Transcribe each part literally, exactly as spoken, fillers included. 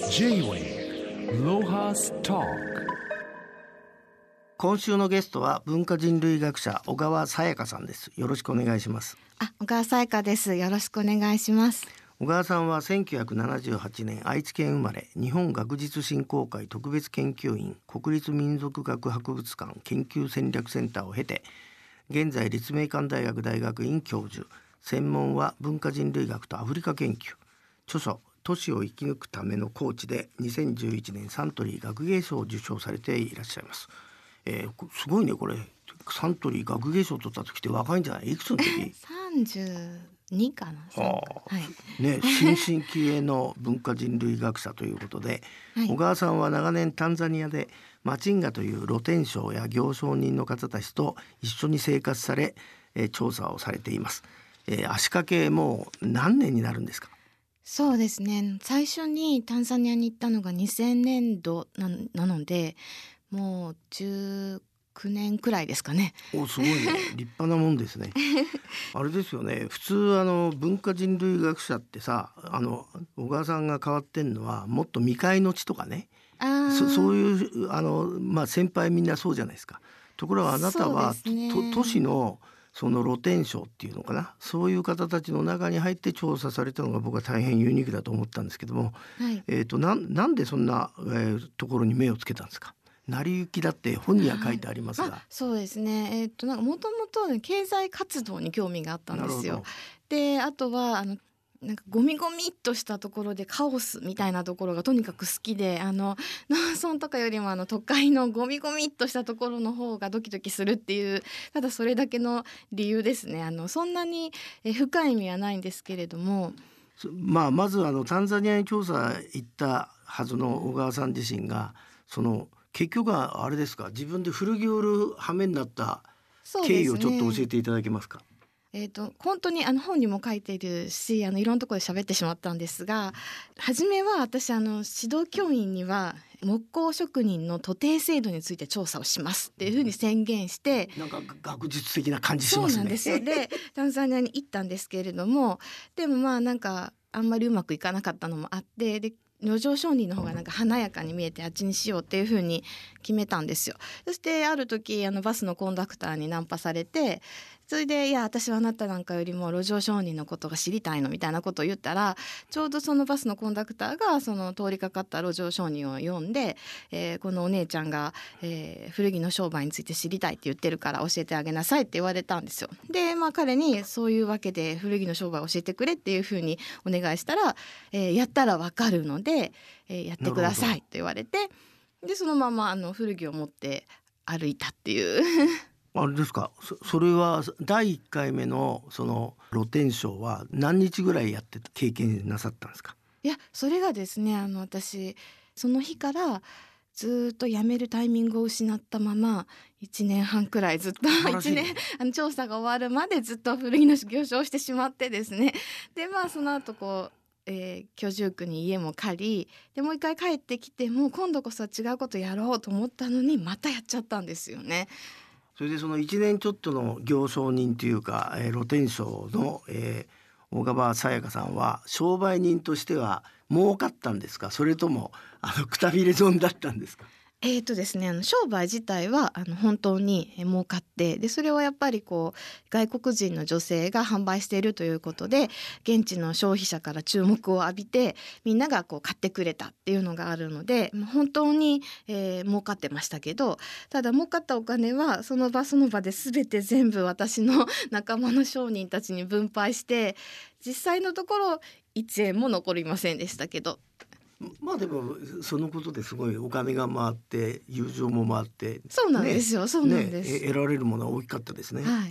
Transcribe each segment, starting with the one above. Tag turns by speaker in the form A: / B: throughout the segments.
A: J-Wave ロハストーク。
B: 今週のゲストは文化人類学者小川さやかさんです。よろしくお願いします。
C: あ、小川さやかです。よろしくお願いします。
B: 小川さんはせんきゅうひゃくななじゅうはちねん愛知県生まれ、日本学術振興会特別研究員、国立民族学博物館研究戦略センターを経て、現在立命館大学大学院教授、専門は文化人類学とアフリカ研究。著書都市を生き抜くためのコーチでにせんじゅういちねんサントリー学芸賞を受賞されていらっしゃいます。えー、すごいねこれ。サントリー学芸賞を取った時って若いんじゃない？いくつの時？
C: さんじゅうにかな。
B: はあ、はい、ね、新進気鋭の文化人類学者ということで、はい、小川さんは長年タンザニアでマチンガという露天商や行商人の方たちと一緒に生活され、えー、調査をされています。えー、足掛けもう何年になるんですか？
C: そうですね、最初にタンザニアに行ったのがにせんねんど な, なのでもうじゅうきゅうねんくらいですかね。
B: お、すごいね。立派なもんですね。あれですよね、普通あの文化人類学者ってさ、あの小川さんが変わってんのはもっと未開の地とかね、
C: あ
B: そ, そういうあの、まあ、先輩みんなそうじゃないですか。ところがあなたは、ね、都市のその露天商っていうのかな、そういう方たちの中に入って調査されたのが僕は大変ユニークだと思ったんですけども、はい、えーと、な, なんでそんな、えー、ところに目をつけたんですか？成り行きだって本には書いてありますが、
C: あ、そうですね、えー、となんかもともと経済活動に興味があったんですよ。で、あとはあのなんかゴミゴミっとしたところでカオスみたいなところがとにかく好きで、あの農村とかよりもあの都会のゴミゴミっとしたところの方がドキドキするっていう、ただそれだけの理由ですね。あのそんなに深い意味はないんですけれども、
B: まあ、まずあのタンザニアに調査行ったはずの小川さん自身が、その結局はあれですか、自分で古着を売る羽目になった経緯をちょっと教えていただけますか？
C: えーと、本当にあの本にも書いているし、あのいろんなところで喋ってしまったんですが、初めは私あの指導教員には木工職人の徒弟制度について調査をしますっていうふうに宣言して、
B: なんか学術的な感じしますね。
C: そうなんですよ。でタンザニアに行ったんですけれども、でもまあなんかあんまりうまくいかなかったのもあって、で路上商人の方がなんか華やかに見えてあっちにしようっていう風に決めたんですよ。そしてある時あのバスのコンダクターにナンパされて、それでいや私はあなたなんかよりも路上商人のことが知りたいのみたいなことを言ったら、ちょうどそのバスのコンダクターがその通りかかった路上商人を呼んで、えー、このお姉ちゃんが、えー、古着の商売について知りたいって言ってるから教えてあげなさいって言われたんですよ。で、まあ彼にそういうわけで古着の商売を教えてくれっていう風にお願いしたら、えー、やったらわかるので、えー、やってくださいと言われて、でそのままあの古着を持って歩いたっていう
B: あれですか。 そ, それはだいいっかいめのその露天商は何日ぐらいやって経験なさったんですか？
C: いや、それがですね、あの私その日からずっと辞めるタイミングを失ったままいちねんはんくらいずっといちねんあの調査が終わるまでずっと古着の行商をしてしまってですね。でまあその後こうえー、居住区に家も借り、でもう一回帰ってきても今度こそは違うことやろうと思ったのにまたやっちゃったんですよね。
B: それでそのいちねんちょっとの行商人というか、えー、露天商の、えー、小川さやかさんは商売人としては儲かったんですか？それともあのくたびれ損だったんですか？
C: えーとですね、あの商売自体はあの本当に儲かって、でそれをやっぱりこう外国人の女性が販売しているということで現地の消費者から注目を浴びて、みんながこう買ってくれたっていうのがあるので本当に、えー、儲かってましたけど、ただ儲かったお金はその場その場で全て全部私の仲間の商人たちに分配して、実際のところいちえんも残りませんでしたけど、
B: まあでもそのことですごいお金が回って友情も回って、
C: そうなんですよ、ね、そうなんです、
B: ね、得られるものは大きかったですね。
C: はい、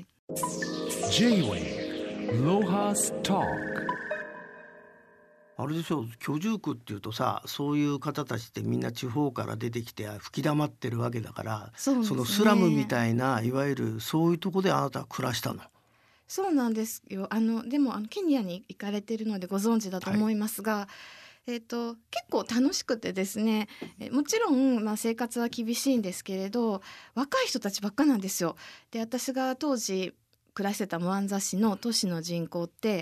A: J-Wave ロハストーク。
B: あれでしょう、居住区っていうとさ、そういう方たちってみんな地方から出てきて吹き溜まってるわけだから、 そ,、ね、そのスラムみたいないわゆるそういうとこであなたは暮らしたの？
C: そうなんですよ。あのでもあのケニアに行かれてるのでご存知だと思いますが、はい、えーと、結構楽しくてですね、えもちろん、まあ、生活は厳しいんですけれど若い人たちばっかなんですよ。で私が当時暮らしてたムアンザ市の都市の人口って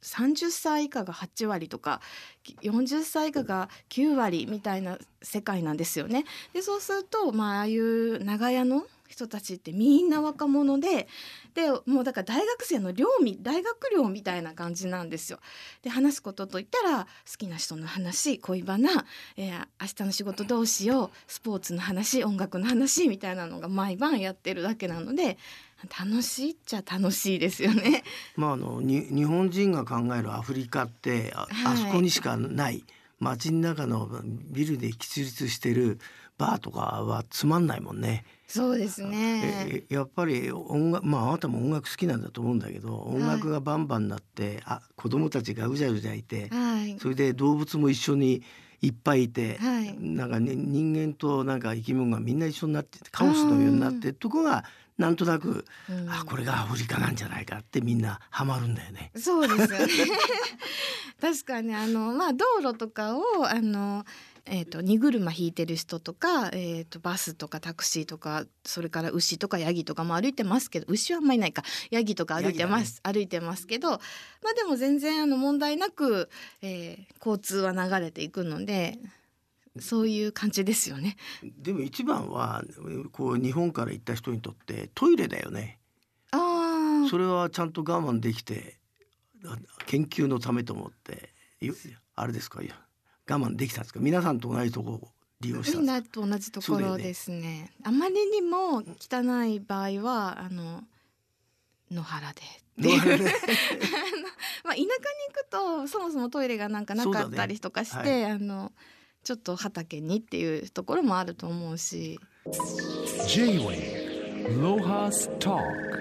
C: さんじゅっさい以下がはちわりとかよんじゅっさい以下がきゅうわりみたいな世界なんですよね。でそうすると、まあ、ああいう長屋の人たちってみんな若者で、でもうだから大学生の寮み大学寮みたいな感じなんですよ。で話すことといったら好きな人の話、恋バナ、えー、明日の仕事どうしよう、スポーツの話、音楽の話みたいなのが毎晩やってるだけなので楽しいっちゃ楽しいですよね。
B: まあ、あのに日本人が考えるアフリカって あ,、
C: はい、
B: あそこにしかない街の中のビルで喫立してるバーとかはつまんないもんね。
C: そうですね。
B: やっぱり音楽、まああなたも音楽好きなんだと思うんだけど、音楽がバンバンなって、はい、あ子供たちがうじゃうじゃいて、はい、それで動物も一緒にいっぱいいて、はい、なんか、ね、人間となんか生き物がみんな一緒になってカオスのようになってるとこがなんとなく、うん、あこれがアフリカなんじゃないかってみんなハマるんだよね。
C: そうですよね確かにあの、まあ、道路とかをあのえー、と荷車引いてる人とか、えー、とバスとかタクシーとかそれから牛とかヤギとかも歩いてますけど、牛はあんまりいないか、ヤギとか歩いてます、ね、歩いてますけど、まあ、でも全然あの問題なく、えー、交通は流れていくのでそういう感じですよね。
B: でも一番はこう日本から行った人にとってトイレだよね。あそれはちゃんと我慢できて研究のためと思ってあれですか、いや我慢できたんですか。皆さんと同じところを利用したんですか。
C: みんなと同じところです ね, ねあまりにも汚い場合はあの野原でっていうまあ田舎に行くとそもそもトイレがなんかなかったりとかして、ねはい、あのちょっと畑にっていうところもあると思うし。
A: J-Way ロハストーク。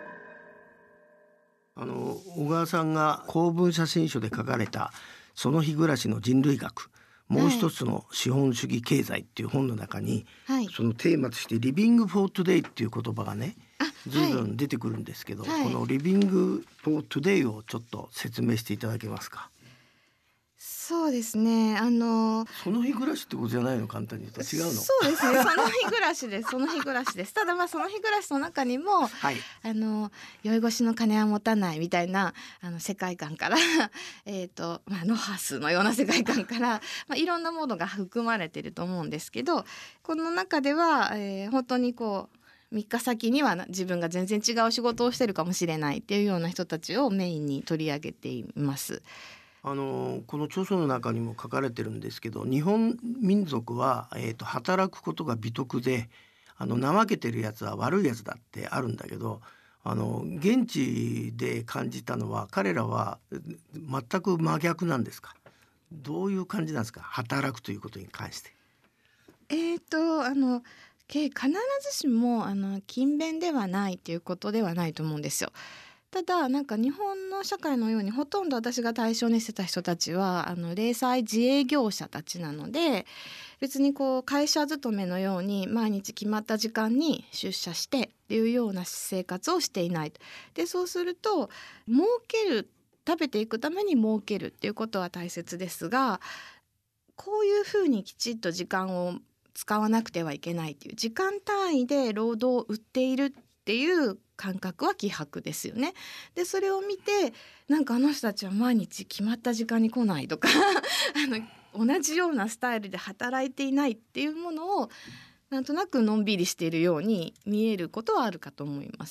B: あの小川さんが公文写真書で書かれたその日暮らしの人類学、もう一つの資本主義経済っていう本の中に、はい、そのテーマとしてリビングフォートゥデイっていう言葉がね随分出てくるんですけど、はい、このリビングフォートゥデイをちょっと説明していただけますか。
C: そうですね、あの
B: その日暮らしってことじゃないの、簡単に言うと違うの。
C: そうですね、その日暮らしですその日暮らしです。ただまあその日暮らしの中にも、はい、あの酔い越しの金は持たないみたいなあの世界観からえと、まあ、ノハスのような世界観から、まあ、いろんなものが含まれていると思うんですけど、この中では、えー、本当にこうみっか先には自分が全然違う仕事をしてるかもしれないっていうような人たちをメインに取り上げています。
B: あのこの著書の中にも書かれてるんですけど、日本民族は、えーと、働くことが美徳で、あの怠けてるやつは悪いやつだってあるんだけど、あの現地で感じたのは彼らは全く真逆なんですか。どういう感じなんですか、働くということに関して。
C: えーとあの必ずしもあの勤勉ではないということではないと思うんですよ。ただなんか日本の社会のようにほとんど私が対象にしてた人たちはあの零細自営業者たちなので、別にこう会社勤めのように毎日決まった時間に出社してっていうような生活をしていない。でそうすると儲ける食べていくために儲けるっていうことは大切ですが、こういうふうにきちっと時間を使わなくてはいけないっていう時間単位で労働を売っているっていう感覚は希薄ですよね。でそれを見てなんかあの人たちは毎日決まった時間に来ないとかあの同じようなスタイルで働いていないっていうものをなんとなくのんびりしているように見えることはあるかと思います。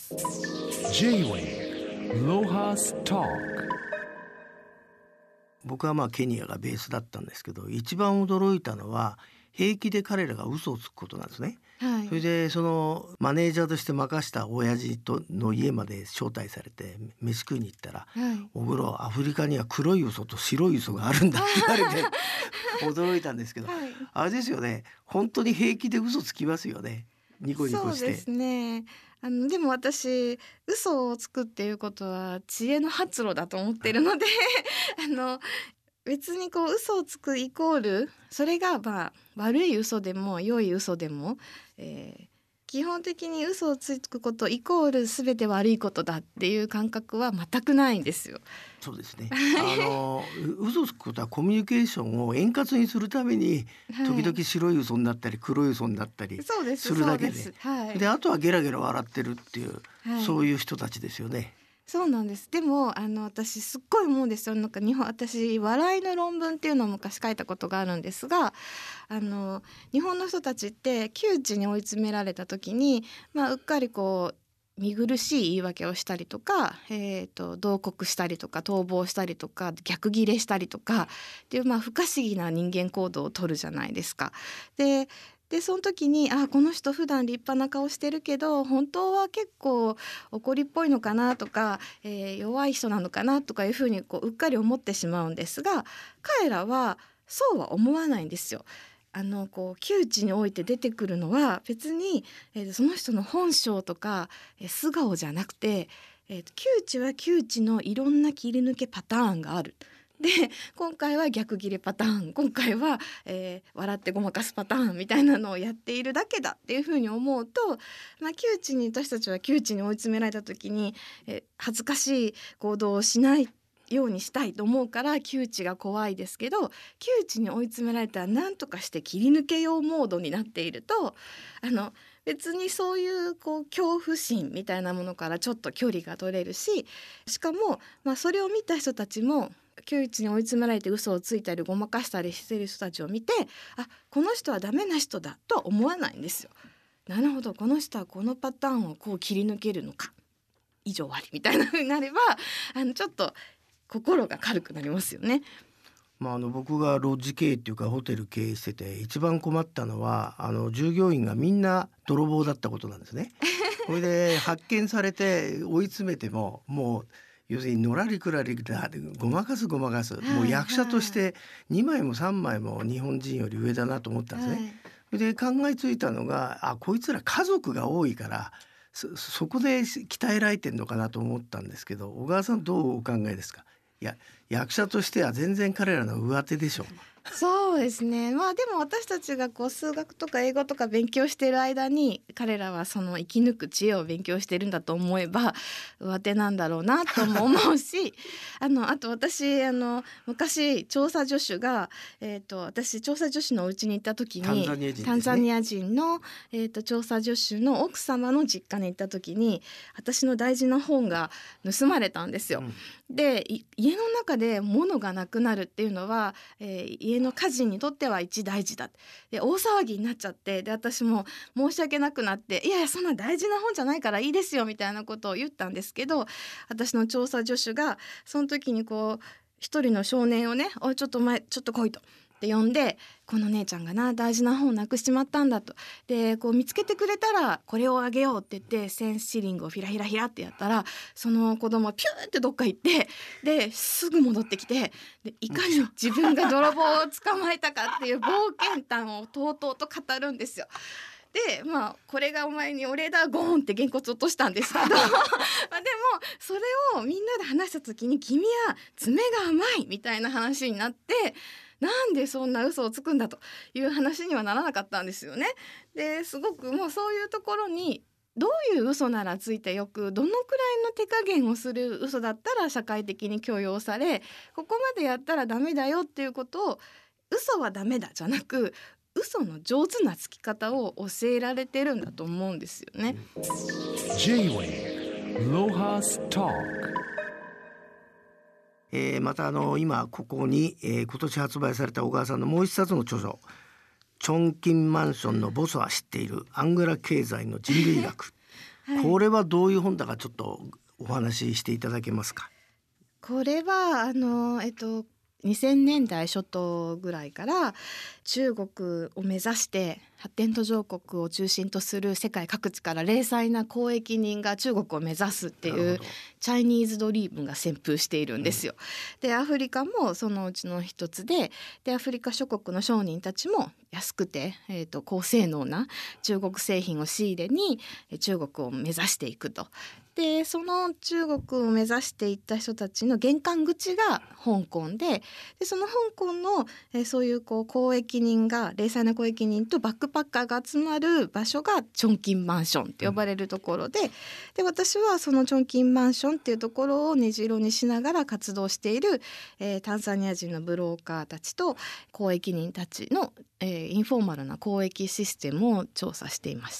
A: J-Way ロハストーク。
B: 僕はまあケニアがベースだったんですけど、一番驚いたのは平気で彼らが嘘をつくことなんですね。はい、それでそのマネージャーとして任した親父との家まで招待されて飯食いに行ったら、はい、お風呂アフリカには黒い嘘と白い嘘があるんだって言われて驚いたんですけど、はい、あれですよね、本当に平気で嘘つきますよね、ニコニコして。
C: そうですね、あのでも私嘘をつくっていうことは知恵の発露だと思ってるのであの別にこう嘘をつくイコールそれがまあ悪い嘘でも良い嘘でも、えー、基本的に嘘をつくことイコール全て悪いことだっていう感覚は全くないんですよ。
B: そうですね、あの嘘つくことはコミュニケーションを円滑にするために時々白い嘘になったり黒い嘘になったりするだけで、はい、であとはゲラゲラ笑ってるっていう、はい、そういう人たちですよね。
C: そうなんです。でもあの私すっごい思うんですよ。なんか日本私笑いの論文っていうのを昔書いたことがあるんですが、あの日本の人たちって窮地に追い詰められた時に、まあ、うっかりこう見苦しい言い訳をしたりとか、えーと、慟哭したりとか逃亡したりとか逆ギレしたりとかっていう、まあ、不可思議な人間行動を取るじゃないですか。ででその時にあこの人普段立派な顔してるけど本当は結構怒りっぽいのかなとか、えー、弱い人なのかなとかいうふうにこううっかり思ってしまうんですが、彼らはそうは思わないんですよ。あのこう窮地において出てくるのは別に、えー、その人の本性とか、えー、素顔じゃなくて、えー、窮地は窮地のいろんな切り抜けパターンがある。で今回は逆ギレパターン、今回は、えー、笑ってごまかすパターンみたいなのをやっているだけだっていうふうに思うと、まあ、窮地に私たちは窮地に追い詰められた時に、えー、恥ずかしい行動をしないようにしたいと思うから窮地が怖いですけど、窮地に追い詰められたら何とかして切り抜けようモードになっていると、あの別にそういうこう恐怖心みたいなものからちょっと距離が取れるし、しかも、まあ、それを見た人たちも窮地に追い詰められて嘘をついたりごまかしたりしている人たちを見て、あこの人はダメな人だとは思わないんですよ。なるほど、この人はこのパターンをこう切り抜けるのか、以上終わりみたいな風になればあのちょっと心が軽くなりますよね。
B: まあ、あの僕がロッジ経営っていうかホテル経営してて一番困ったのはあの従業員がみんな泥棒だったことなんですね。これで発見されて追い詰めてももう要するにのらりくらりだごまかすごまかす、もう役者としてにまいもさんまいも日本人より上だなと思ったんですね。はい、で考えついたのがあこいつら家族が多いからそ, そこで鍛えられてんのかなと思ったんですけど、小川さんどうお考えですか。いや役者としては全然彼らの上手でしょう。
C: そうですね。まあでも私たちがこう数学とか英語とか勉強している間に彼らはその生き抜く知恵を勉強してるんだと思えば上手なんだろうなとも思うしあのあと私あの昔調査助手が、えー、と私調査助手のお家に行った時に
B: タンザニア人ですね。
C: タンザニア人の、えー、と調査助手の奥様の実家に行った時に私の大事な本が盗まれたんですよ。うん、で家の中で物がなくなるっていうのは、えー、家の家人にとっては一大事だ。で大騒ぎになっちゃって、で私も申し訳なくなって、いやいやそんな大事な本じゃないからいいですよみたいなことを言ったんですけど、私の調査助手がその時にこう一人の少年をね、おいちょっと前ちょっと来いとって呼んで、この姉ちゃんがな大事な本をなくしちまったんだと、でこう見つけてくれたらこれをあげようって言ってせんシリングをひらひらひらってやったら、その子供はピューってどっか行って、ですぐ戻ってきて、でいかに自分が泥棒を捕まえたかっていう冒険談をとうとうと語るんですよ。でまあこれがお前にお礼だゴーンってげんこつ落としたんですけどまあでもそれをみんなで話した時に君は爪が甘いみたいな話になって、なんでそんな嘘をつくんだという話にはならなかったんですよね。ですごくもうそういうところにどういう嘘ならついてよく、どのくらいの手加減をする嘘だったら社会的に許容され、ここまでやったらダメだよっていうことを、嘘はダメだじゃなく嘘の上手なつき方を教えられてるんだと思うんですよね。
A: J-Way ロハストーク。
B: えー、またあの今ここに、えー、今年発売された小川さんのもう一冊の著書、チョンキンマンションのボスは知っているアングラ経済の人類学、はい、これはどういう本だかちょっとお話ししていただけますか。
C: これはあの、えっと、にせんねんだい初頭ぐらいから中国を目指して発展途上国を中心とする世界各地から零細な交易人が中国を目指すっていうチャイニーズドリームが旋風しているんですよ。うん、でアフリカもそのうちの一つで、でアフリカ諸国の商人たちも安くて、えーと、高性能な中国製品を仕入れに中国を目指していくと。でその中国を目指していった人たちの玄関口が香港で、でその香港の、えー、そういうこう交易人が零細な交易人とバックパッカーが集まる場所がチョンキンマンションって呼ばれるところで、うん、で私はそのチョンキンマンションっていうところを根城にしながら活動している、えー、タンザニア人のブローカーたちと交易人たちの、えー、インフォーマルな交易システムを調査していました。
B: うん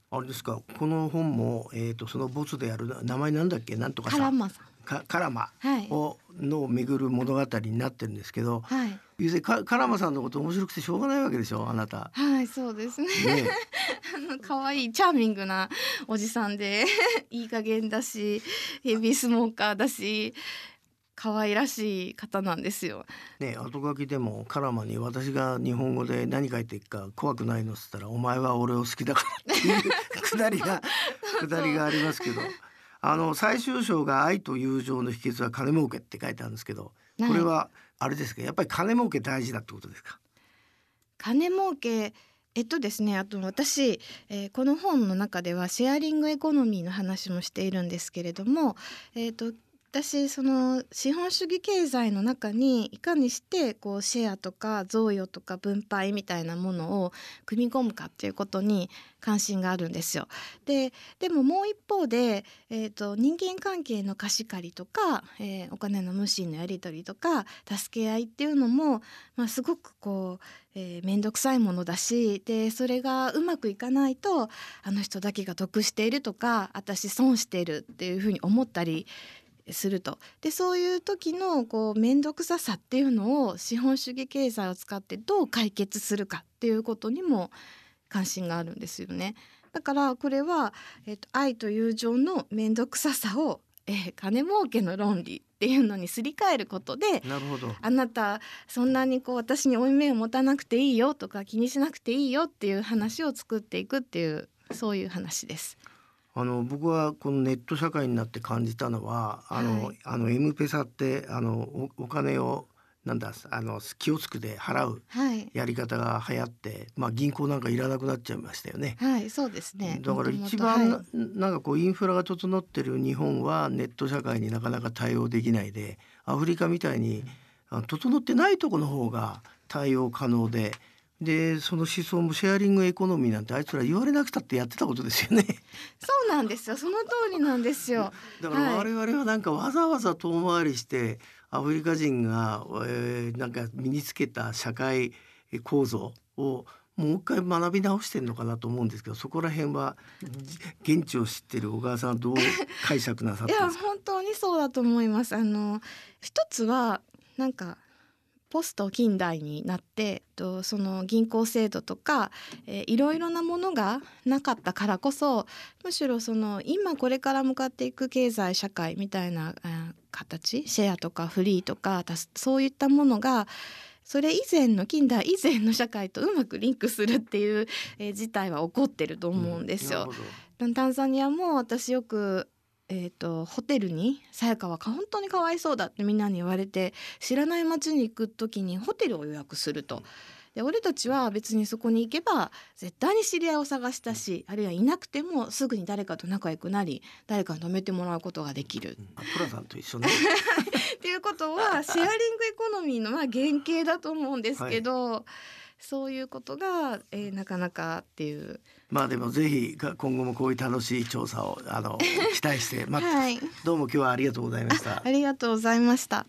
B: あれですか、この本も、えー、とそのボスである名前なんだっけ、なんとかさん、
C: カラマさん。
B: かカラマ
C: はい
B: をの巡る物語になってるんですけど、
C: はい。
B: ゆうせいかカラマさんのこと面白くてしょうがないわけでしょ、あなた
C: はい、そうですね。
B: ね。
C: あの可愛いチャーミングなおじさんでいい加減だし、ヘビースモーカーだし、可愛らしい方なんですよ。
B: ね、後書きでもカラマに私が日本語で何書いていくか怖くないのっつったら、お前は俺を好きだからっていうくだりがくだりがありますけど、あの最終章が愛と友情の秘訣は金儲けって書いてあるんですけど、これはあれですか、やっぱり金儲け大事だってことですか。
C: 金儲け、えっとですね、あと私、えーこの本の中ではシェアリングエコノミーの話もしているんですけれども、えっと私その資本主義経済の中にいかにしてこうシェアとか贈与とか分配みたいなものを組み込むかっていうことに関心があるんですよ。で、でももう一方で、えー、と人間関係の貸し借りとか、えーお金の無心のやり取りとか助け合いっていうのも、まあ、すごくこう、えー、面倒くさいものだし、でそれがうまくいかないとあの人だけが得しているとか私損しているっていうふうに思ったりすると。でそういう時のこう面倒くささっていうのを資本主義経済を使ってどう解決するかっていうことにも関心があるんですよね。だからこれは、えっと、愛と友情の面倒くささを、えー金儲けの論理っていうのにすり替えることで、
B: なるほど。
C: あなたそんなにこう私に負い目を持たなくていいよとか気にしなくていいよっていう話を作っていくっていう、そういう話です。
B: あの僕はこのネット社会になって感じたのは、あの、
C: はい
B: あの M ペサってあの お, お金をなんだあの気をつくで払う
C: はい
B: やり方が流行って、まあ、銀行なんかいらなくなっちゃいましたよね。
C: はいそうですね。
B: だから
C: もともと
B: 一番な、
C: はい
B: なんかこうインフラが整ってる日本はネット社会になかなか対応できないで、アフリカみたいにあの整ってないところの方が対応可能で、でその思想もシェアリングエコノミーなんてあいつら言われなくたってやってたことですよね。
C: そうなんですよ。その通りなんですよ。
B: だから
C: はい
B: 我々はなんかわざわざ遠回りしてアフリカ人が、えーなんか身につけた社会構造をもう一回学び直してるのかなと思うんですけど、そこら辺はじ現地を知ってる小川さんはどう解釈なさっ
C: いや
B: てるんですか。
C: 本当にそうだと思います。あの一つはなんかポスト近代になってとその銀行制度とか、えーいろいろなものがなかったからこそ、むしろその今これから向かっていく経済社会みたいな、えー形、シェアとかフリーとかたそういったものがそれ以前の近代以前の社会とうまくリンクするっていう、えー事態は起こってると思うんですよ。
B: なるほど。
C: タンザニアも私よく、えー、とホテルにさやかはか本当にかわいそうだってみんなに言われて、知らない町に行く時にホテルを予約すると。で俺たちは別にそこに行けば絶対に知り合いを探したし、あるいはいなくてもすぐに誰かと仲良くなり誰かに泊めてもらうことができる
B: あトラさんと一緒ね。
C: っていうことはシェアリングエコノミーのまあ原型だと思うんですけど、そういうことが、えーなかなかっていう。
B: まあでもぜひが今後もこういう楽しい調査をあの期待して待ってます、
C: はい、
B: どうも今日はありがとうございました。
C: ありがとうございました。